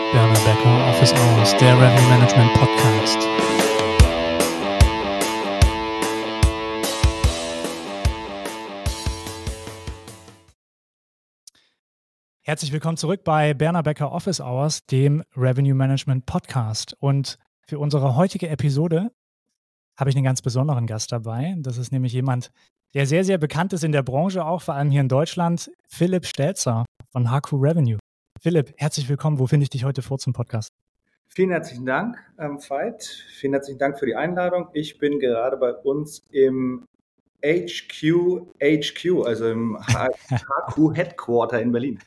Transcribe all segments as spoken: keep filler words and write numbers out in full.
Berner Becker, Office Hours, der Revenue Management Podcast. Herzlich willkommen zurück bei Berner Becker Office Hours, dem Revenue Management Podcast. Und für unsere heutige Episode habe ich einen ganz besonderen Gast dabei. Das ist nämlich jemand, der sehr, sehr bekannt ist in der Branche, auch vor allem hier in Deutschland, Philipp Stelzer von H Q Revenue. Philipp, herzlich willkommen. Wo finde ich dich heute vor zum Podcast? Vielen herzlichen Dank, ähm, Veit. Vielen herzlichen Dank für die Einladung. Ich bin gerade bei uns im H Q, H Q, also im H Q Headquarter in Berlin.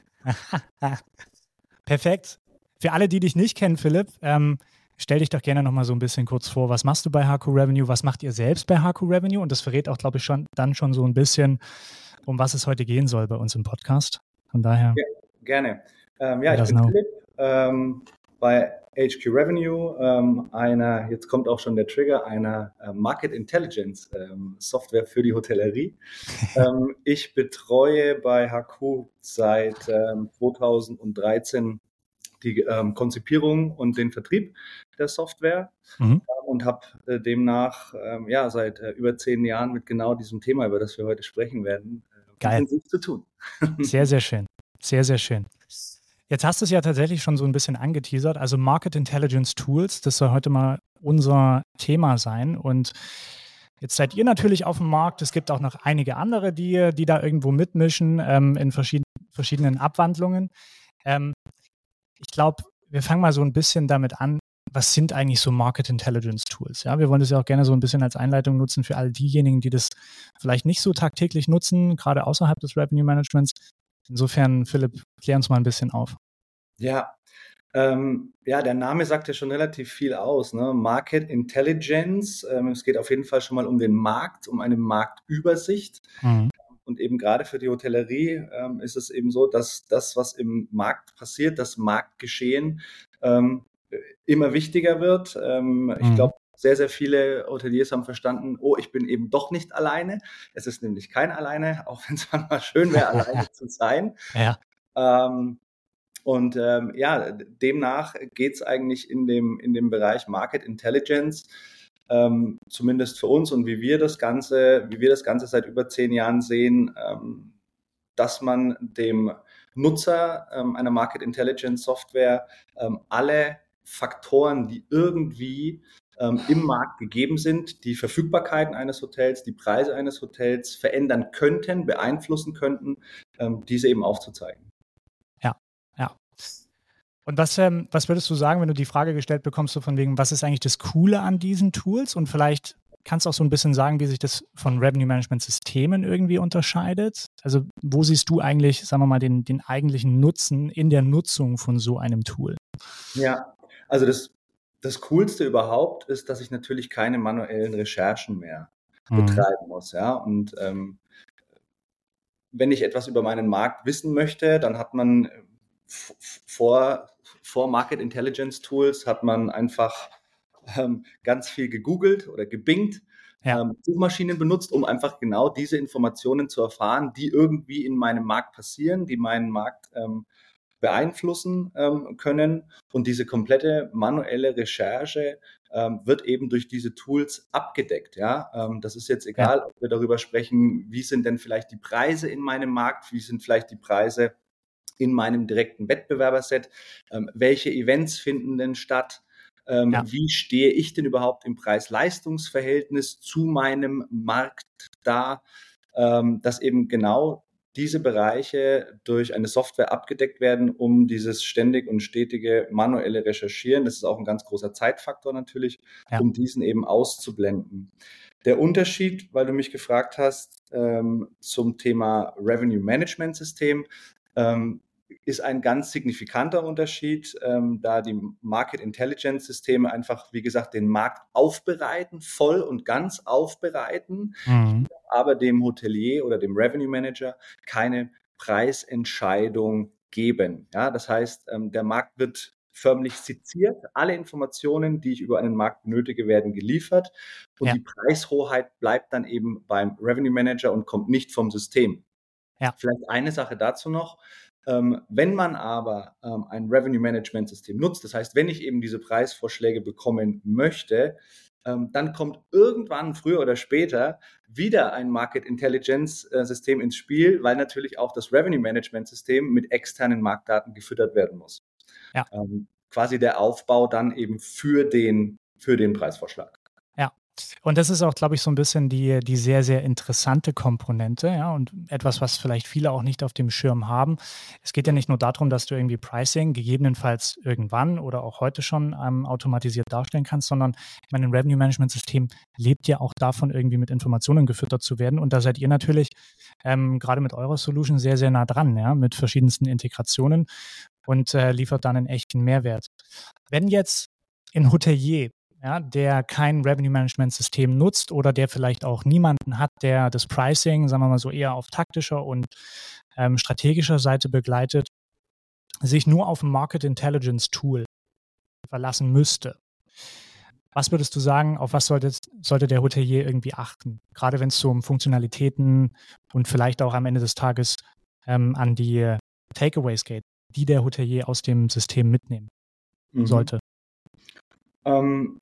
Perfekt. Für alle, die dich nicht kennen, Philipp, ähm, stell dich doch gerne noch mal so ein bisschen kurz vor. Was machst du bei H Q Revenue? Was macht ihr selbst bei H Q Revenue? Und das verrät auch, glaube ich, schon dann schon so ein bisschen, um was es heute gehen soll bei uns im Podcast. Von daher. Ja, gerne. Ähm, ja, Let ich us bin know. Philipp ähm, bei H Q Revenue, ähm, einer, jetzt kommt auch schon der Trigger, einer äh, Market Intelligence ähm, Software für die Hotellerie. ähm, ich betreue bei H Q seit ähm, zweitausenddreizehn die ähm, Konzipierung und den Vertrieb der Software Mhm. ähm, und habe äh, demnach ähm, ja, seit äh, über zehn Jahren mit genau diesem Thema, über das wir heute sprechen werden, äh, Geil. intensiv zu tun. Sehr, sehr schön. Sehr, sehr schön. Jetzt hast du es ja tatsächlich schon so ein bisschen angeteasert. Also Market Intelligence Tools, das soll heute mal unser Thema sein. Und jetzt seid ihr natürlich auf dem Markt. Es gibt auch noch einige andere, die, die da irgendwo mitmischen ähm, in verschieden, verschiedenen Abwandlungen. Ähm, ich glaube, wir fangen mal so ein bisschen damit an. Was sind eigentlich so Market Intelligence Tools? Ja, wir wollen das ja auch gerne so ein bisschen als Einleitung nutzen für all diejenigen, die das vielleicht nicht so tagtäglich nutzen, gerade außerhalb des Revenue Managements. Insofern, Philipp, klär uns mal ein bisschen auf. Ja, ähm, ja, der Name sagt ja schon relativ viel aus, ne? Market Intelligence. Ähm, es geht auf jeden Fall schon mal um den Markt, um eine Marktübersicht. Mhm. Und eben gerade für die Hotellerie ähm, ist es eben so, dass das, was im Markt passiert, das Marktgeschehen, ähm, immer wichtiger wird. Ähm, Mhm. Ich glaube, sehr, sehr viele Hoteliers haben verstanden, oh, ich bin eben doch nicht alleine. Es ist nämlich kein alleine, auch wenn es manchmal schön wäre, alleine zu sein. Ja. Ähm, und ähm, ja, demnach geht es eigentlich in dem, in dem Bereich Market Intelligence, ähm, zumindest für uns und wie wir das Ganze, wie wir das Ganze seit über zehn Jahren sehen, ähm, dass man dem Nutzer ähm, einer Market Intelligence Software ähm, alle Faktoren, die irgendwie ähm, im Markt gegeben sind, die Verfügbarkeiten eines Hotels, die Preise eines Hotels verändern könnten, beeinflussen könnten, ähm, diese eben aufzuzeigen. Ja, ja. Und was, ähm, was würdest du sagen, wenn du die Frage gestellt bekommst, so von wegen, was ist eigentlich das Coole an diesen Tools? Und vielleicht kannst du auch so ein bisschen sagen, wie sich das von Revenue Management Systemen irgendwie unterscheidet. Also wo siehst du eigentlich, sagen wir mal, den, den eigentlichen Nutzen in der Nutzung von so einem Tool? Ja, also das, das Coolste überhaupt ist, dass ich natürlich keine manuellen Recherchen mehr Mhm. betreiben muss. Ja? Und ähm, wenn ich etwas über meinen Markt wissen möchte, dann hat man f- vor, vor Market Intelligence Tools hat man einfach ähm, ganz viel gegoogelt oder gebingt, Ja. ähm, Suchmaschinen benutzt, um einfach genau diese Informationen zu erfahren, die irgendwie in meinem Markt passieren, die meinen Markt ähm, beeinflussen ähm, können. Und diese komplette manuelle Recherche ähm, wird eben durch diese Tools abgedeckt. Ja? Ähm, das ist jetzt egal, Ja. ob wir darüber sprechen, wie sind denn vielleicht die Preise in meinem Markt, wie sind vielleicht die Preise in meinem direkten Wettbewerberset, ähm, welche Events finden denn statt, ähm, Ja. wie stehe ich denn überhaupt im Preis-Leistungs-Verhältnis zu meinem Markt da, ähm, dass eben genau diese Bereiche durch eine Software abgedeckt werden, um dieses ständig und stetige manuelle Recherchieren, das ist auch ein ganz großer Zeitfaktor natürlich, Ja. um diesen eben auszublenden. Der Unterschied, weil du mich gefragt hast, ähm, zum Thema Revenue Management System, ähm, ist ein ganz signifikanter Unterschied, ähm, da die Market Intelligence Systeme einfach, wie gesagt, den Markt aufbereiten, voll und ganz aufbereiten, Mhm. aber dem Hotelier oder dem Revenue Manager keine Preisentscheidung geben. Ja, das heißt, ähm, der Markt wird förmlich seziert. Alle Informationen, die ich über einen Markt benötige, werden geliefert und Ja. die Preishoheit bleibt dann eben beim Revenue Manager und kommt nicht vom System. Ja. Vielleicht eine Sache dazu noch. Ähm, wenn man aber ähm, ein Revenue Management System nutzt, das heißt, wenn ich eben diese Preisvorschläge bekommen möchte, ähm, dann kommt irgendwann früher oder später wieder ein Market Intelligence äh, System ins Spiel, weil natürlich auch das Revenue Management System mit externen Marktdaten gefüttert werden muss. Ja. Ähm, quasi der Aufbau dann eben für den, für den Preisvorschlag. Ja. Und das ist auch, glaube ich, so ein bisschen die, die sehr, sehr interessante Komponente, ja, und etwas, was vielleicht viele auch nicht auf dem Schirm haben. Es geht ja nicht nur darum, dass du irgendwie Pricing gegebenenfalls irgendwann oder auch heute schon ähm, automatisiert darstellen kannst, sondern ich meine, ein Revenue-Management-System lebt ja auch davon, irgendwie mit Informationen gefüttert zu werden. Und da seid ihr natürlich ähm, gerade mit eurer Solution sehr, sehr nah dran, ja, mit verschiedensten Integrationen und äh, liefert dann einen echten Mehrwert. Wenn jetzt ein Hotelier, ja, der kein Revenue-Management-System nutzt oder der vielleicht auch niemanden hat, der das Pricing, sagen wir mal so, eher auf taktischer und ähm, strategischer Seite begleitet, sich nur auf ein Market Intelligence Tool verlassen müsste. Was würdest du sagen, auf was sollte, sollte der Hotelier irgendwie achten? Gerade wenn es so um Funktionalitäten und vielleicht auch am Ende des Tages ähm, an die Takeaways geht, die der Hotelier aus dem System mitnehmen Mhm. sollte. Ähm,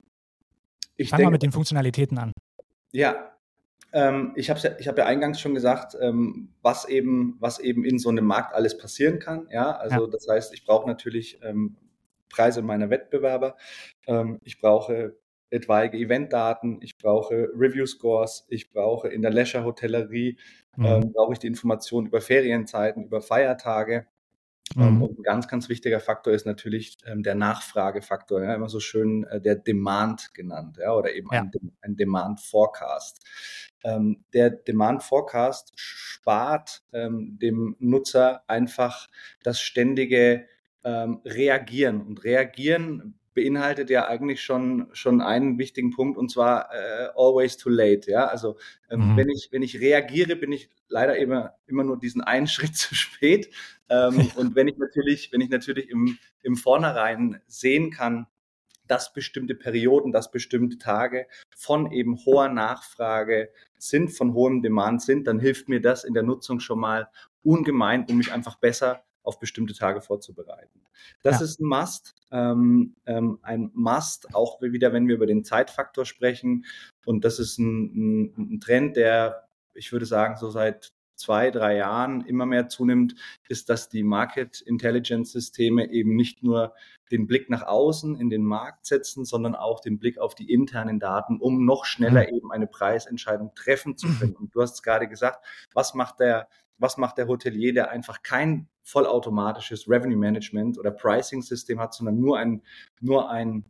ich Fangen wir denke, mit den Funktionalitäten an. Ja, ähm, ich habe ja, ich hab ja eingangs schon gesagt, ähm, was eben, was eben in so einem Markt alles passieren kann. Ja, also Ja. das heißt, ich brauche natürlich ähm, Preise meiner Wettbewerber, ähm, ich brauche etwaige Eventdaten, ich brauche Review Scores, ich brauche in der Leisure-Hotellerie, Mhm. ähm, brauche ich die Informationen über Ferienzeiten, über Feiertage. Ähm, Mhm. Und ein ganz, ganz wichtiger Faktor ist natürlich ähm, der Nachfragefaktor, ja, immer so schön äh, der Demand genannt, ja, oder eben Ja. ein, ein Demand Forecast. Ähm, der Demand Forecast spart ähm, dem Nutzer einfach das ständige ähm, Reagieren. Und Reagieren beinhaltet ja eigentlich schon, schon einen wichtigen Punkt, und zwar äh, always too late. Ja? Also ähm, Mhm. wenn, ich, wenn ich reagiere, bin ich leider immer, immer nur diesen einen Schritt zu spät. Ähm, und wenn ich natürlich, wenn ich natürlich im, im Vornherein sehen kann, dass bestimmte Perioden, dass bestimmte Tage von eben hoher Nachfrage sind, von hohem Demand sind, dann hilft mir das in der Nutzung schon mal ungemein, um mich einfach besser auf bestimmte Tage vorzubereiten. Das Ja. ist ein Must, ähm, ähm, ein Must, auch wieder, wenn wir über den Zeitfaktor sprechen. Und das ist ein, ein, ein Trend, der, ich würde sagen, so seit zwei, drei Jahren immer mehr zunimmt, ist, dass die Market Intelligence Systeme eben nicht nur den Blick nach außen in den Markt setzen, sondern auch den Blick auf die internen Daten, um noch schneller Mhm. eben eine Preisentscheidung treffen zu können. Und du hast es gerade gesagt, was macht der, was macht der Hotelier, der einfach kein vollautomatisches Revenue Management oder Pricing System hat, sondern nur ein, nur ein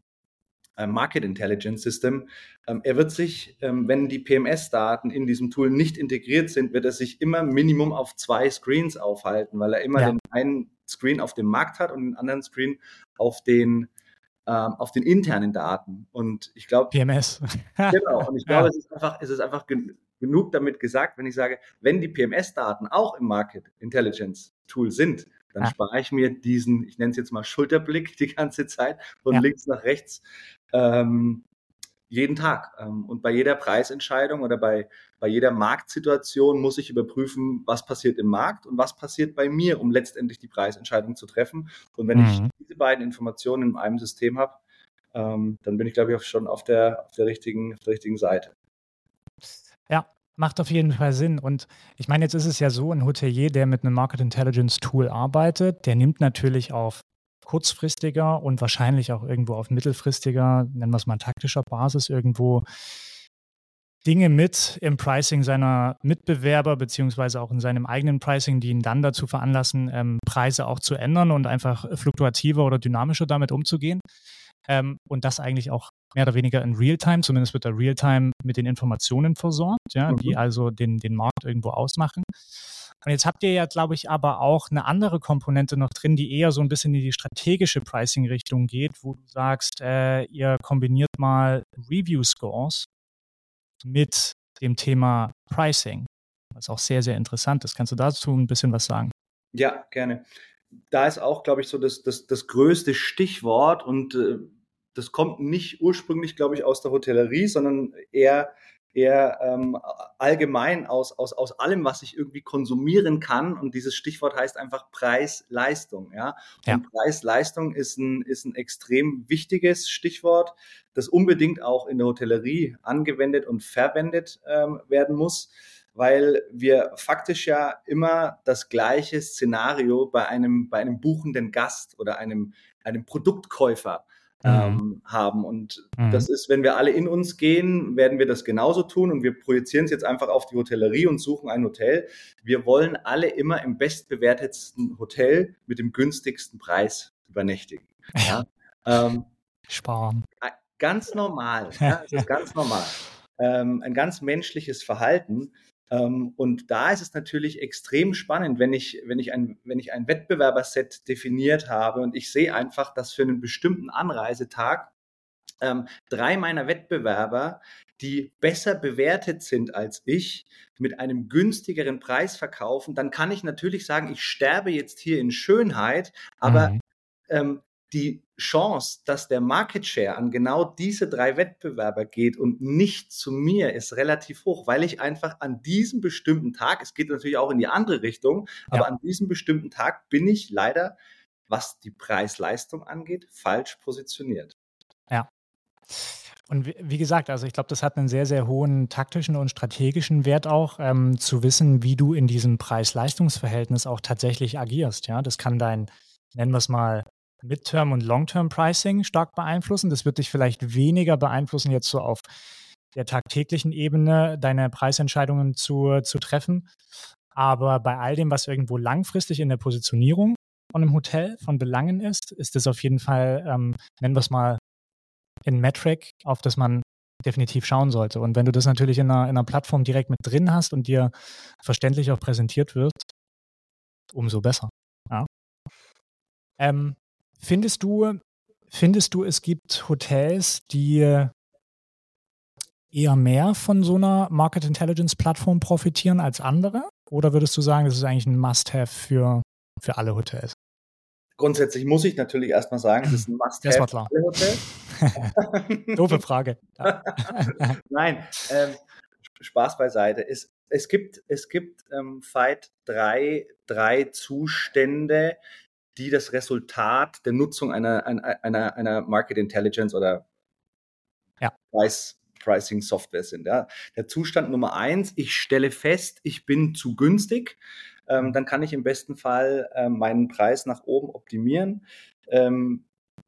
Market Intelligence System. Ähm, er wird sich, ähm, wenn die P M S-Daten in diesem Tool nicht integriert sind, wird er sich immer Minimum auf zwei Screens aufhalten, weil er immer Ja. den einen Screen auf dem Markt hat und den anderen Screen auf den, ähm, auf den internen Daten. Und ich glaube, P M S. genau, und ich Ja. glaube, es ist einfach, es ist einfach gen genug damit gesagt, wenn ich sage, wenn die P M S-Daten auch im Market Intelligence Tool sind, dann Ja. spare ich mir diesen, ich nenne es jetzt mal Schulterblick die ganze Zeit, von Ja. links nach rechts, ähm, jeden Tag. Ähm, und bei jeder Preisentscheidung oder bei, bei jeder Marktsituation muss ich überprüfen, was passiert im Markt und was passiert bei mir, um letztendlich die Preisentscheidung zu treffen. Und wenn ich Mhm. diese beiden Informationen in einem System habe, ähm, dann bin ich, glaube ich, auch schon auf der, auf der richtigen, auf der richtigen Seite. Ja, macht auf jeden Fall Sinn. Und ich meine, jetzt ist es ja so, ein Hotelier, der mit einem Market Intelligence Tool arbeitet, der nimmt natürlich auf kurzfristiger und wahrscheinlich auch irgendwo auf mittelfristiger, nennen wir es mal taktischer Basis, irgendwo Dinge mit im Pricing seiner Mitbewerber beziehungsweise auch in seinem eigenen Pricing, die ihn dann dazu veranlassen, ähm, Preise auch zu ändern und einfach fluktuativer oder dynamischer damit umzugehen. Ähm, und das eigentlich auch mehr oder weniger in Realtime, zumindest wird er Realtime mit den Informationen versorgt, ja, die Mhm. also den, den Markt irgendwo ausmachen. Und jetzt habt ihr ja, glaube ich, aber auch eine andere Komponente noch drin, die eher so ein bisschen in die strategische Pricing-Richtung geht, wo du sagst, äh, ihr kombiniert mal Review-Scores mit dem Thema Pricing, was auch sehr, sehr interessant ist. Kannst du dazu ein bisschen was sagen? Ja, gerne. Da ist auch, glaube ich, so das, das, das größte Stichwort und äh, das kommt nicht ursprünglich, glaube ich, aus der Hotellerie, sondern eher eher ähm, allgemein aus, aus, aus allem, was ich irgendwie konsumieren kann. Und dieses Stichwort heißt einfach Preis-Leistung. Ja? Ja. Und Preis-Leistung ist ein, ist ein extrem wichtiges Stichwort, das unbedingt auch in der Hotellerie angewendet und verwendet ähm, werden muss, weil wir faktisch ja immer das gleiche Szenario bei einem, bei einem buchenden Gast oder einem, einem Produktkäufer ähm, mhm. haben. Und mhm. das ist, wenn wir alle in uns gehen, werden wir das genauso tun und wir projizieren es jetzt einfach auf die Hotellerie und suchen ein Hotel. Wir wollen alle immer im bestbewertetsten Hotel mit dem günstigsten Preis übernächtigen. Ja. Ja. Ähm, Sparen. Ganz normal. Ja, es ist ganz normal. Ähm, ein ganz menschliches Verhalten. Ähm, und da ist es natürlich extrem spannend, wenn ich, wenn ich ein, wenn ich ein Wettbewerberset definiert habe und ich sehe einfach, dass für einen bestimmten Anreisetag ähm, drei meiner Wettbewerber, die besser bewertet sind als ich, mit einem günstigeren Preis verkaufen, dann kann ich natürlich sagen, ich sterbe jetzt hier in Schönheit, aber mhm. ähm, die Chance, dass der Market Share an genau diese drei Wettbewerber geht und nicht zu mir, ist relativ hoch, weil ich einfach an diesem bestimmten Tag, es geht natürlich auch in die andere Richtung, aber ja. an diesem bestimmten Tag bin ich leider, was die Preis-Leistung angeht, falsch positioniert. Ja. Und wie, wie gesagt, also ich glaube, das hat einen sehr, sehr hohen taktischen und strategischen Wert auch, ähm, zu wissen, wie du in diesem Preis-Leistungs-Verhältnis auch tatsächlich agierst. Ja, das kann dein, nennen wir es mal, Midterm- und Long-Term-Pricing stark beeinflussen. Das wird dich vielleicht weniger beeinflussen, jetzt so auf der tagtäglichen Ebene deine Preisentscheidungen zu, zu treffen. Aber bei all dem, was irgendwo langfristig in der Positionierung von einem Hotel von Belangen ist, ist es auf jeden Fall, ähm, nennen wir es mal, ein Metric, auf das man definitiv schauen sollte. Und wenn du das natürlich in einer, in einer Plattform direkt mit drin hast und dir verständlich auch präsentiert wird, umso besser. Ja. Ähm, Findest du, findest du, es gibt Hotels, die eher mehr von so einer Market Intelligence Plattform profitieren als andere? Oder würdest du sagen, das ist eigentlich ein Must-Have für, für alle Hotels? Grundsätzlich muss ich natürlich erstmal sagen, es ist ein Must-Have für alle Hotels. Doofe Frage. Ja. Nein, ähm, Spaß beiseite. Es, es gibt, es gibt ähm, Veit drei, drei Zustände, die das Resultat der Nutzung einer, einer, einer Market Intelligence oder ja. Price, Pricing Software sind. Ja. Der Zustand Nummer eins, ich stelle fest, ich bin zu günstig. Ähm, dann kann ich im besten Fall ähm, meinen Preis nach oben optimieren. Ähm,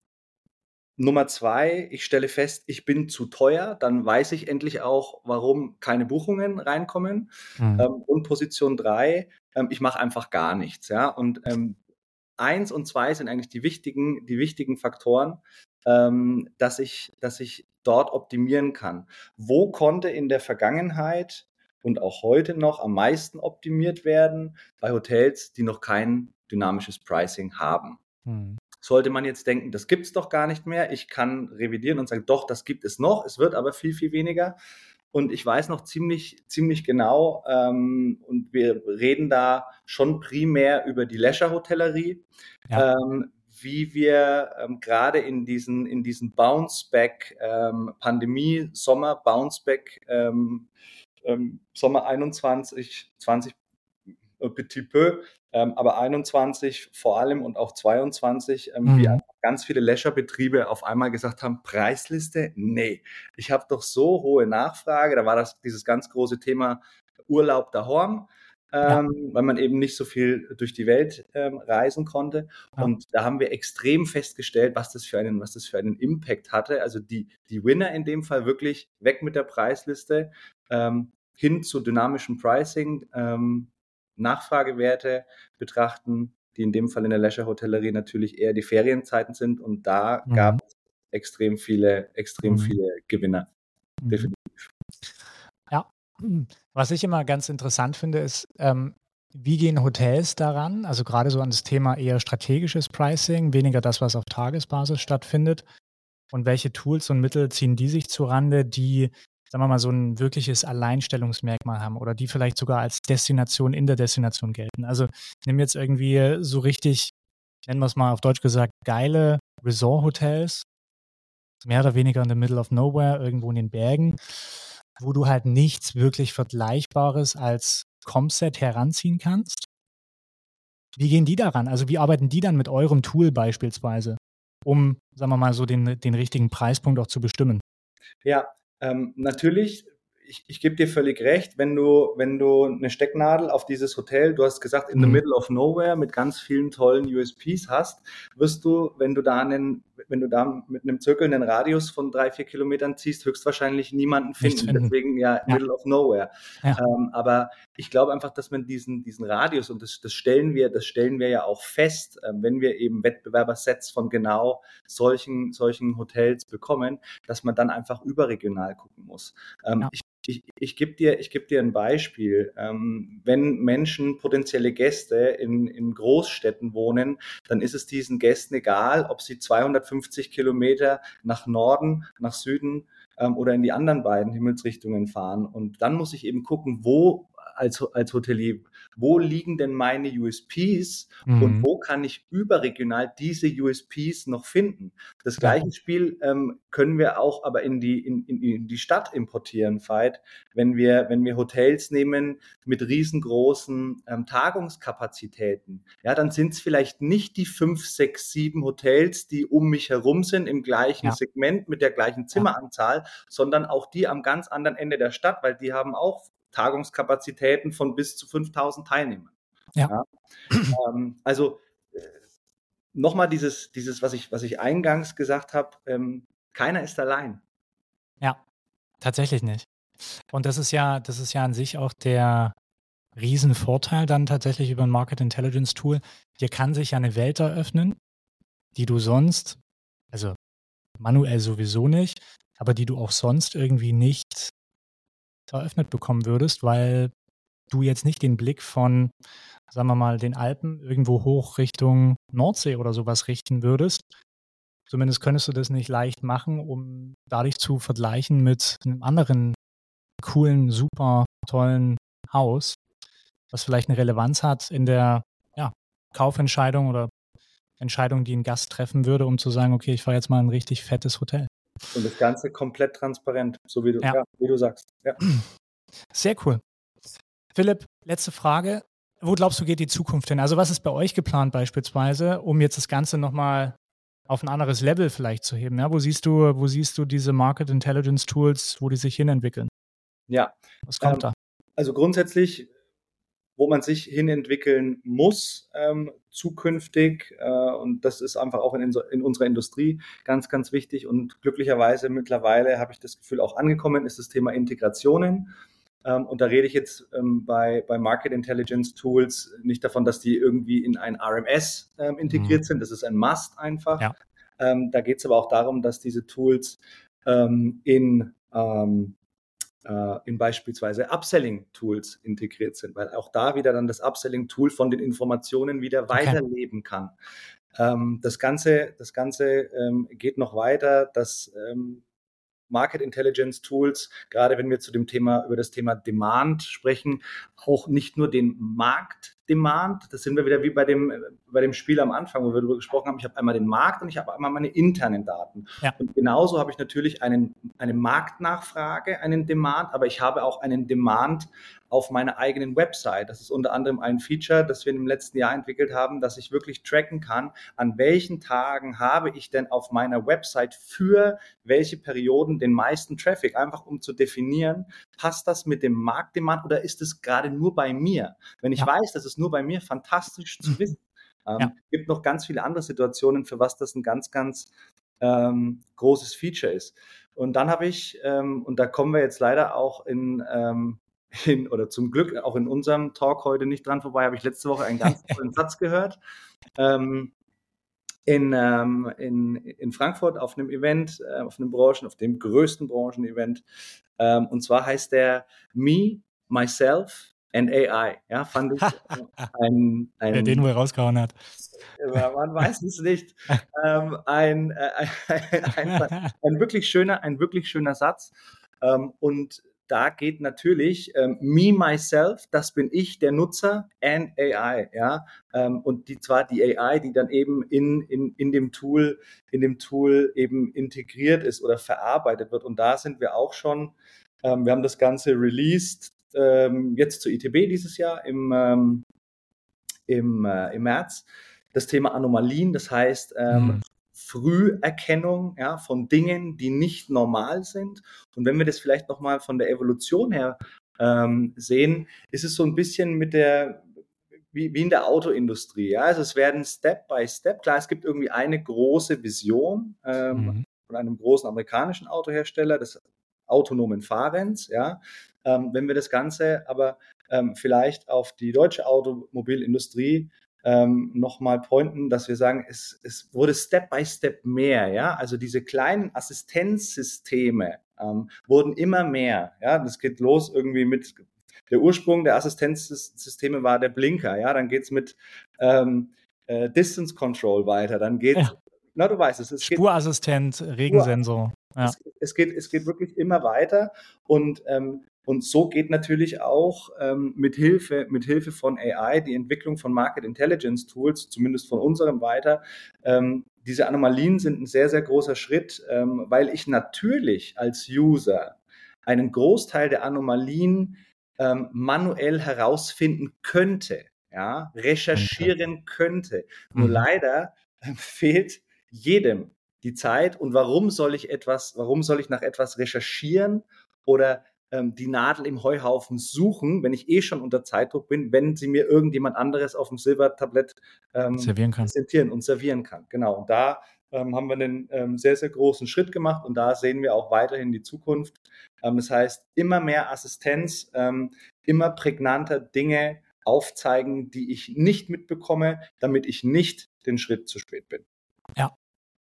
Nummer zwei, ich stelle fest, ich bin zu teuer. Dann weiß ich endlich auch, warum keine Buchungen reinkommen. Mhm. Ähm, und Position drei, ähm, ich mache einfach gar nichts. Ja. Und ähm, Eins und zwei sind eigentlich die wichtigen, die wichtigen Faktoren, ähm, dass ich, dass ich dort optimieren kann. Wo konnte in der Vergangenheit und auch heute noch am meisten optimiert werden? Bei Hotels, die noch kein dynamisches Pricing haben. Hm. Sollte man jetzt denken, das gibt es doch gar nicht mehr. Ich kann revidieren und sagen, doch, das gibt es noch. Es wird aber viel, viel weniger. Und ich weiß noch ziemlich, ziemlich genau, ähm, und wir reden da schon primär über die Leisure-Hotellerie, ja. ähm, wie wir ähm, gerade in diesen, in diesen Bounce-Back, ähm, Pandemie, Sommer, Bounce-Back, ähm, ähm, Sommer einundzwanzig, zwanzig, ein petit peu, ähm, aber einundzwanzig vor allem und auch zweiundzwanzig, ähm, mhm. wie ganz viele Leisure-Betriebe auf einmal gesagt haben, Preisliste, nee, ich habe doch so hohe Nachfrage, da war das dieses ganz große Thema Urlaub daheim, ähm, ja. weil man eben nicht so viel durch die Welt ähm, reisen konnte. Ja. Und da haben wir extrem festgestellt, was das für einen, was das für einen Impact hatte. Also die, die Winner in dem Fall wirklich weg mit der Preisliste, ähm, hin zu dynamischem Pricing, ähm, Nachfragewerte betrachten, die in dem Fall in der Leisure-Hotellerie natürlich eher die Ferienzeiten sind. Und da mhm. gab es extrem viele, extrem mhm. viele Gewinner. Mhm. Definitiv. Ja, was ich immer ganz interessant finde, ist, ähm, wie gehen Hotels daran? Also gerade so an das Thema eher strategisches Pricing, weniger das, was auf Tagesbasis stattfindet. Und welche Tools und Mittel ziehen die sich zurande, die, sagen wir mal, so ein wirkliches Alleinstellungsmerkmal haben oder die vielleicht sogar als Destination in der Destination gelten. Also ich nehme jetzt irgendwie so richtig, nennen wir es mal auf Deutsch gesagt, geile Resort-Hotels, mehr oder weniger in the middle of nowhere, irgendwo in den Bergen, wo du halt nichts wirklich Vergleichbares als Comset heranziehen kannst? Wie gehen die daran? Also wie arbeiten die dann mit eurem Tool beispielsweise, um, sagen wir mal, so den, den richtigen Preispunkt auch zu bestimmen? Ja, ähm, natürlich, ich, ich gebe dir völlig recht, wenn du, wenn du eine Stecknadel auf dieses Hotel, du hast gesagt, in the Mhm. middle of nowhere mit ganz vielen tollen U S Ps hast, wirst du, wenn du da einen, wenn du da mit einem zirkelnden Radius von drei, vier Kilometern ziehst, höchstwahrscheinlich niemanden Nichts finden. finden. Deswegen ja, Ja. middle of nowhere. Ja. Ähm, aber ich glaube einfach, dass man diesen, diesen Radius, und das, das stellen wir, das stellen wir ja auch fest, äh, wenn wir eben Wettbewerbersets von genau solchen, solchen Hotels bekommen, dass man dann einfach überregional gucken muss. Ähm, Ja. ich ich, ich gebe dir, ich geb dir ein Beispiel. Ähm, wenn Menschen, potenzielle Gäste in, in Großstädten wohnen, dann ist es diesen Gästen egal, ob sie zweihundertfünfzig Kilometer nach Norden, nach Süden ähm, oder in die anderen beiden Himmelsrichtungen fahren. Und dann muss ich eben gucken, wo als, als Hotelier, wo liegen denn meine U S Ps und Mhm. wo kann ich überregional diese U S Ps noch finden. Das Ja. gleiche Spiel ähm, können wir auch aber in die, in, in, in die Stadt importieren, Veit, wenn wir, wenn wir Hotels nehmen mit riesengroßen ähm, Tagungskapazitäten. Ja, dann sind es vielleicht nicht die fünf, sechs, sieben Hotels, die um mich herum sind im gleichen Ja. Segment mit der gleichen Zimmeranzahl, sondern auch die am ganz anderen Ende der Stadt, weil die haben auch Tagungskapazitäten von bis zu fünftausend Teilnehmern. Ja. Ja? Ähm, also äh, nochmal dieses, dieses, was ich, was ich eingangs gesagt habe, ähm, keiner ist allein. Ja, tatsächlich nicht. Und das ist ja, das ist ja an sich auch der Riesenvorteil dann tatsächlich über ein Market Intelligence Tool. Dir kann sich ja eine Welt eröffnen, die du sonst, also manuell sowieso nicht, aber die du auch sonst irgendwie nicht eröffnet bekommen würdest, weil du jetzt nicht den Blick von, sagen wir mal, den Alpen irgendwo hoch Richtung Nordsee oder sowas richten würdest. Zumindest könntest du das nicht leicht machen, um dadurch zu vergleichen mit einem anderen coolen, super tollen Haus, was vielleicht eine Relevanz hat in der ja, Kaufentscheidung oder Entscheidung, die ein Gast treffen würde, um zu sagen, okay, ich fahre jetzt mal in ein richtig fettes Hotel. Und das Ganze komplett transparent, so wie du, Ja. ja, wie du sagst. Ja. Sehr cool. Philipp, letzte Frage. Wo glaubst du, geht die Zukunft hin? Also was ist bei euch geplant beispielsweise, um jetzt das Ganze nochmal auf ein anderes Level vielleicht zu heben? Ja, wo siehst du, wo siehst du diese Market Intelligence Tools, wo die sich hinentwickeln? Ja. Was kommt Ähm, da? also grundsätzlich, wo man sich hinentwickeln muss ähm, zukünftig, äh, und das ist einfach auch in, in unserer Industrie ganz, ganz wichtig und glücklicherweise mittlerweile habe ich das Gefühl auch angekommen, ist das Thema Integrationen. Ähm, und da rede ich jetzt ähm, bei, bei Market Intelligence Tools nicht davon, dass die irgendwie in ein R M S ähm, integriert Mhm. sind, das ist ein Must einfach. Ja. Ähm, da geht es aber auch darum, dass diese Tools ähm, in ähm, in beispielsweise Upselling-Tools integriert sind, weil auch da wieder dann das Upselling-Tool von den Informationen wieder Okay. weiterleben kann. Ähm, das Ganze, das Ganze ähm, geht noch weiter, dass ähm, Market Intelligence Tools, gerade wenn wir zu dem Thema, über das Thema Demand sprechen, auch nicht nur den Markt Demand, das sind wir wieder wie bei dem, bei dem Spiel am Anfang, wo wir darüber gesprochen haben, ich habe einmal den Markt und ich habe einmal meine internen Daten. Ja. Und genauso habe ich natürlich einen, eine Marktnachfrage, einen Demand, aber ich habe auch einen Demand auf meiner eigenen Website. Das ist unter anderem ein Feature, das wir im letzten Jahr entwickelt haben, dass ich wirklich tracken kann, an welchen Tagen habe ich denn auf meiner Website für welche Perioden den meisten Traffic, einfach um zu definieren, passt das mit dem Marktdemand oder ist es gerade nur bei mir? Wenn ich Ja. weiß, dass es nur bei mir, fantastisch zu wissen. Ähm, Ja. gibt noch ganz viele andere Situationen, für was das ein ganz, ganz ähm, großes Feature ist. Und dann habe ich, ähm, und da kommen wir jetzt leider auch in, ähm, in, oder zum Glück auch in unserem Talk heute nicht dran vorbei, habe ich letzte Woche einen ganz tollen Satz gehört. Ähm, in, ähm, in, in Frankfurt auf einem Event, äh, auf einem Branchen, auf dem größten Branchen-Event. Ähm, und zwar heißt der Me, Myself and A I. Ja, fand ich ein, ein Wer den wohl rausgehauen hat. man weiß es nicht. Ähm, ein, äh, ein, ein, wirklich schöner, ein wirklich schöner Satz. Ähm, und da geht natürlich ähm, me, myself, das bin ich, der Nutzer, and A I, ja. Ähm, und die zwar die A I, die dann eben in, in, in dem Tool, in dem Tool eben integriert ist oder verarbeitet wird. Und da sind wir auch schon Ähm, wir haben das Ganze released ähm, jetzt zur I T B dieses Jahr im, ähm, im, äh, im März. Das Thema Anomalien, das heißt ähm, mhm. Früherkennung ja, von Dingen, die nicht normal sind. Und wenn wir das vielleicht nochmal von der Evolution her ähm, sehen, ist es so ein bisschen mit der, wie, wie in der Autoindustrie. Ja? Also es werden Step by Step, klar, es gibt irgendwie eine große Vision ähm, mhm. von einem großen amerikanischen Autohersteller, des autonomen Fahrens. Ja? Ähm, wenn wir das Ganze aber ähm, vielleicht auf die deutsche Automobilindustrie Ähm, nochmal pointen, dass wir sagen, es, es wurde Step by Step mehr, ja, also diese kleinen Assistenzsysteme ähm, wurden immer mehr, ja, das geht los irgendwie mit, der Ursprung der Assistenzsysteme war der Blinker, ja, dann geht's mit ähm, äh, Distance Control weiter, dann geht's, ja. na, du weißt es, es Spurassistent, geht, Regensensor, ja. es, es, geht, es geht wirklich immer weiter und ähm, Und so geht natürlich auch ähm, mit Hilfe, mit Hilfe von A I die Entwicklung von Market Intelligence Tools, zumindest von unserem weiter. Ähm, diese Anomalien sind ein sehr, sehr großer Schritt, ähm, weil ich natürlich als User einen Großteil der Anomalien ähm, manuell herausfinden könnte, ja, recherchieren könnte. Nur mhm. leider äh, fehlt jedem die Zeit. Und warum soll ich etwas, warum soll ich nach etwas recherchieren oder die Nadel im Heuhaufen suchen, wenn ich eh schon unter Zeitdruck bin, wenn sie mir irgendjemand anderes auf dem Silbertablett ähm, servieren kann. präsentieren und servieren kann. Genau, und da ähm, haben wir einen ähm, sehr, sehr großen Schritt gemacht und da sehen wir auch weiterhin die Zukunft. Ähm, das heißt, immer mehr Assistenz, ähm, immer prägnanter Dinge aufzeigen, die ich nicht mitbekomme, damit ich nicht den Schritt zu spät bin. Ja.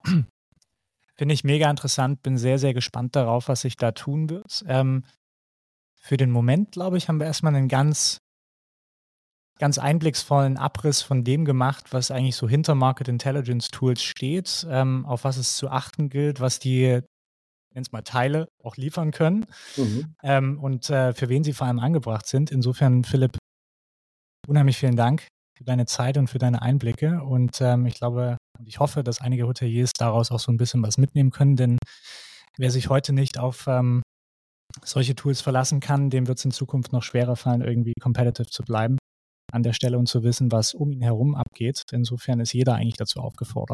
Finde ich mega interessant, bin sehr, sehr gespannt darauf, was sich da tun wird. Ähm, Für den Moment, glaube ich, haben wir erstmal einen ganz, ganz einblicksvollen Abriss von dem gemacht, was eigentlich so hinter Market Intelligence Tools steht, ähm, auf was es zu achten gilt, was die, nenn es mal Teile, auch liefern können mhm. ähm, und äh, für wen sie vor allem angebracht sind. Insofern, Philipp, unheimlich vielen Dank für deine Zeit und für deine Einblicke und ähm, ich glaube und ich hoffe, dass einige Hoteliers daraus auch so ein bisschen was mitnehmen können, denn wer sich heute nicht auf ähm, solche Tools verlassen kann, dem wird es in Zukunft noch schwerer fallen, irgendwie competitive zu bleiben an der Stelle und zu wissen, was um ihn herum abgeht. Insofern ist jeder eigentlich dazu aufgefordert,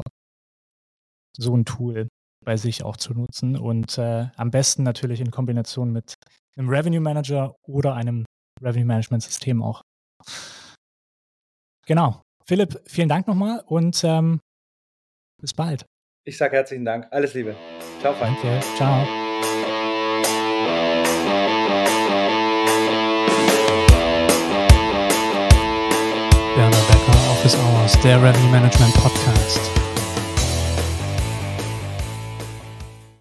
so ein Tool bei sich auch zu nutzen und äh, am besten natürlich in Kombination mit einem Revenue Manager oder einem Revenue Management System auch. Genau. Philipp, vielen Dank nochmal und ähm, bis bald. Ich sage herzlichen Dank. Alles Liebe. Ciao, Frank. Danke. Ciao. Werner Becker, Office Hours, der Revenue Management Podcast.